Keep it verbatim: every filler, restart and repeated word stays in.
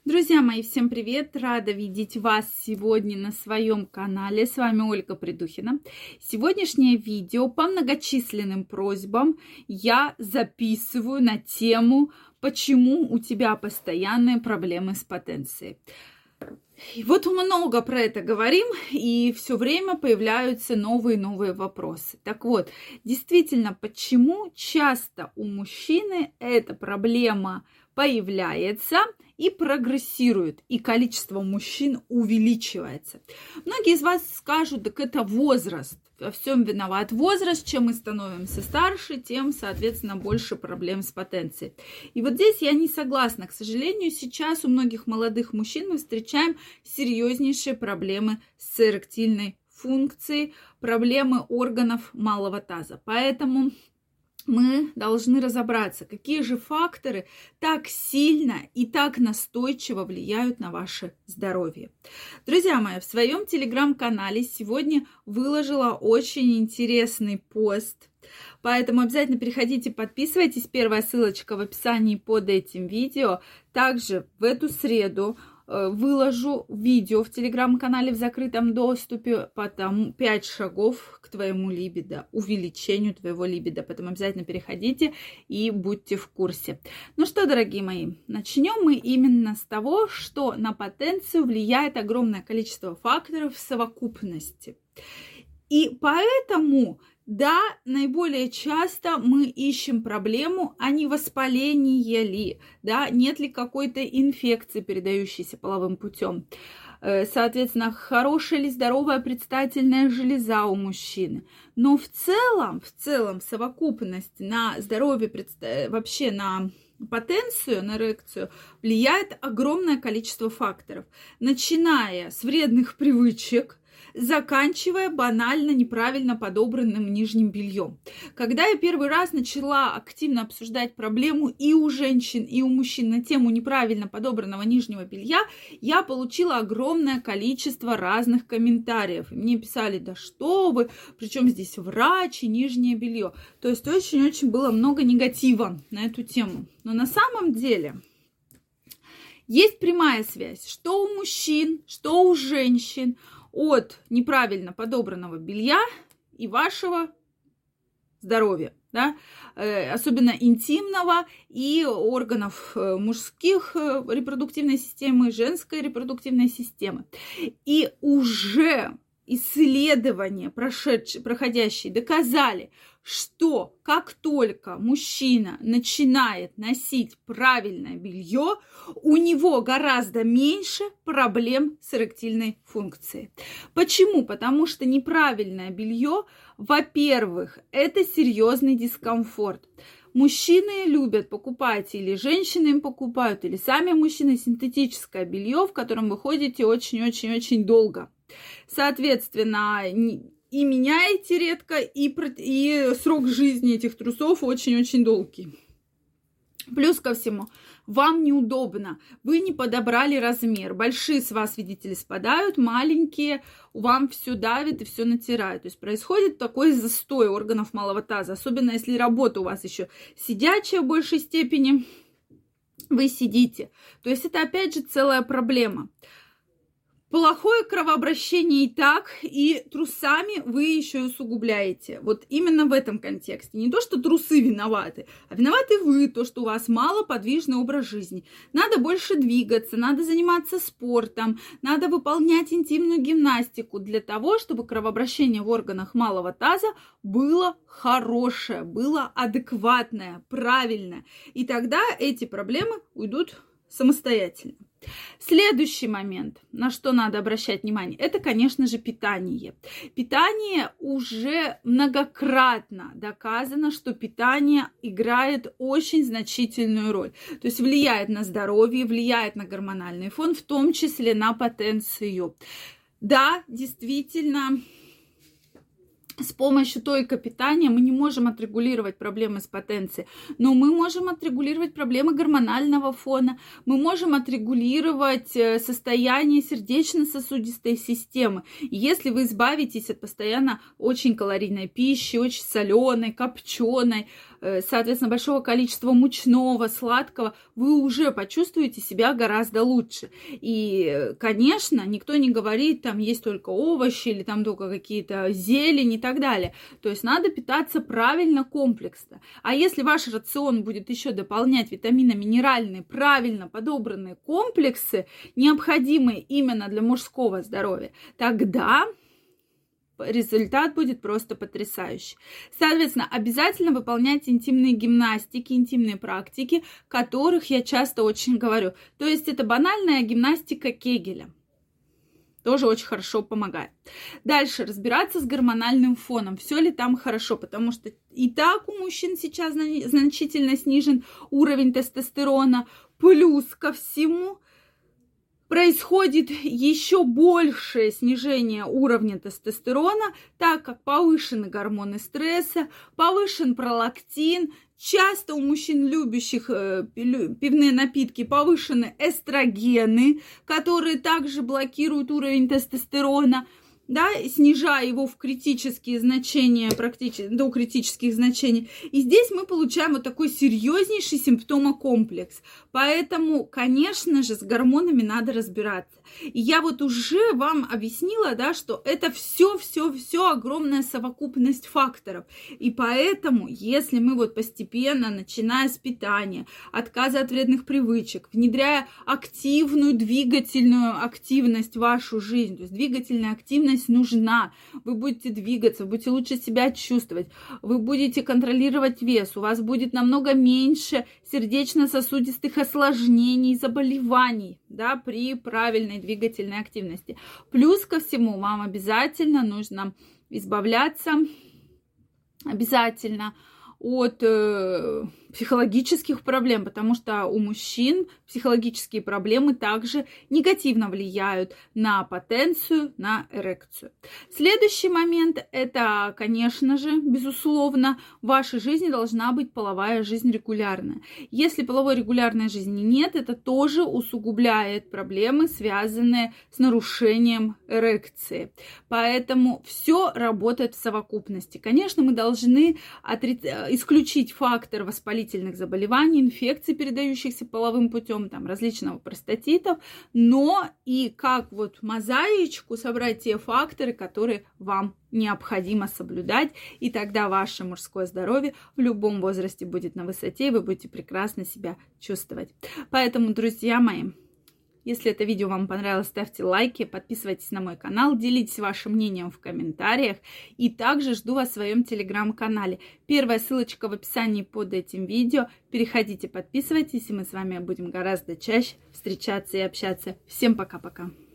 Друзья мои, всем привет! Рада видеть вас сегодня на своем канале. С вами Ольга Придухина. Сегодняшнее видео по многочисленным просьбам я записываю на тему, почему у тебя постоянные проблемы с потенцией. И вот много про это говорим, и все время появляются новые и новые вопросы. Так вот, действительно, почему часто у мужчины эта проблема появляется и прогрессирует, и количество мужчин увеличивается? Многие из вас скажут, так это возраст. Во всем виноват возраст. Чем мы становимся старше, тем, соответственно, больше проблем с потенцией. И вот здесь я не согласна. К сожалению, сейчас у многих молодых мужчин мы встречаем серьезнейшие проблемы с эректильной функцией, проблемы органов малого таза. Поэтому мы должны разобраться, какие же факторы так сильно и так настойчиво влияют на ваше здоровье. Друзья мои, в своем телеграм-канале сегодня выложила очень интересный пост, поэтому обязательно переходите, подписывайтесь. Первая ссылочка в описании под этим видео. Также в эту среду выложу видео в телеграм-канале в закрытом доступе, потом пять шагов к твоему либидо, увеличению твоего либидо. Поэтому обязательно переходите и будьте в курсе. Ну что, дорогие мои, начнем мы именно с того, что на потенцию влияет огромное количество факторов в совокупности. И поэтому, да, наиболее часто мы ищем проблему, а не воспаление ли, да, нет ли какой-то инфекции, передающейся половым путем. Соответственно, хорошая ли здоровая предстательная железа у мужчины. Но в целом, в целом совокупность на здоровье, вообще на потенцию, на эрекцию влияет огромное количество факторов. Начиная с вредных привычек, заканчивая банально неправильно подобранным нижним бельем. Когда я первый раз начала активно обсуждать проблему и у женщин, и у мужчин на тему неправильно подобранного нижнего белья, я получила огромное количество разных комментариев. И мне писали, да что вы, причем здесь врач и нижнее белье. То есть очень-очень было много негатива на эту тему. Но на самом деле есть прямая связь, что у мужчин, что у женщин, от неправильно подобранного белья и вашего здоровья, да? Особенно интимного и органов мужских репродуктивной системы, женской репродуктивной системы. И уже исследования, прошедшие, проходящие, доказали, что как только мужчина начинает носить правильное белье, у него гораздо меньше проблем с эректильной функцией. Почему? Потому что неправильное белье, во-первых, это серьезный дискомфорт. Мужчины любят покупать, или женщины им покупают, или сами мужчины синтетическое белье, в котором вы ходите очень-очень-очень долго. Соответственно, и меняете редко, и, и срок жизни этих трусов очень-очень долгий. Плюс ко всему, вам неудобно, вы не подобрали размер. Большие с вас, видите ли, спадают, маленькие вам все давит и все натирает. То есть происходит такой застой органов малого таза, особенно если работа у вас еще сидячая в большей степени, вы сидите. То есть это опять же целая проблема. Плохое кровообращение и так, и трусами вы еще и усугубляете. Вот именно в этом контексте. Не то, что трусы виноваты, а виноваты вы, то, что у вас малоподвижный образ жизни. Надо больше двигаться, надо заниматься спортом, надо выполнять интимную гимнастику для того, чтобы кровообращение в органах малого таза было хорошее, было адекватное, правильное. И тогда эти проблемы уйдут самостоятельно. Следующий момент, на что надо обращать внимание, это, конечно же, питание. Питание уже многократно доказано, что питание играет очень значительную роль. То есть влияет на здоровье, влияет на гормональный фон, в том числе на потенцию. Да, действительно, с помощью тойка питания мы не можем отрегулировать проблемы с потенцией, но мы можем отрегулировать проблемы гормонального фона, мы можем отрегулировать состояние сердечно-сосудистой системы. Если вы избавитесь от постоянно очень калорийной пищи, очень соленой, копченой, соответственно, большого количества мучного, сладкого, вы уже почувствуете себя гораздо лучше. И, конечно, никто не говорит, там есть только овощи или там только какие-то зелени и так далее. То есть надо питаться правильно, комплексно. А если ваш рацион будет еще дополнять витаминно-минеральные, правильно подобранные комплексы, необходимые именно для мужского здоровья, тогда результат будет просто потрясающий. Соответственно, обязательно выполняйте интимные гимнастики, интимные практики, которых я часто очень говорю. То есть это банальная гимнастика Кегеля. Тоже очень хорошо помогает. Дальше разбираться с гормональным фоном. Все ли там хорошо? Потому что и так у мужчин сейчас значительно снижен уровень тестостерона. Плюс ко всему происходит еще большее снижение уровня тестостерона, так как повышены гормоны стресса, повышен пролактин. Часто у мужчин, любящих э, пивные напитки, повышены эстрогены, которые также блокируют уровень тестостерона, да, снижая его в критические значения, практически до критических значений. И здесь мы получаем вот такой серьезнейший симптомокомплекс. Поэтому, конечно же, с гормонами надо разбираться. И я вот уже вам объяснила, да, что это все-все-все огромная совокупность факторов. И поэтому, если мы вот постепенно, начиная с питания, отказа от вредных привычек, внедряя активную двигательную активность в вашу жизнь, то есть двигательная активность нужна, вы будете двигаться, вы будете лучше себя чувствовать, вы будете контролировать вес, у вас будет намного меньше сердечно-сосудистых осложнений, заболеваний, да, при правильной двигательной активности. Плюс ко всему вам обязательно нужно избавляться обязательно от э, психологических проблем, потому что у мужчин психологические проблемы также негативно влияют на потенцию, на эрекцию. Следующий момент – это, конечно же, безусловно, в вашей жизни должна быть половая жизнь регулярная. Если половой регулярной жизни нет, это тоже усугубляет проблемы, связанные с нарушением эрекции. Поэтому все работает в совокупности. Конечно, мы должны отри... исключить фактор воспалительных заболеваний, инфекций, передающихся половым путем, там, различного простатитов, но и как вот мозаичку собрать те факторы, которые вам необходимо соблюдать, и тогда ваше мужское здоровье в любом возрасте будет на высоте, и вы будете прекрасно себя чувствовать. Поэтому, друзья мои, если это видео вам понравилось, ставьте лайки, подписывайтесь на мой канал, делитесь вашим мнением в комментариях. И также жду вас в своем телеграм-канале. Первая ссылочка в описании под этим видео. Переходите, подписывайтесь, и мы с вами будем гораздо чаще встречаться и общаться. Всем пока-пока!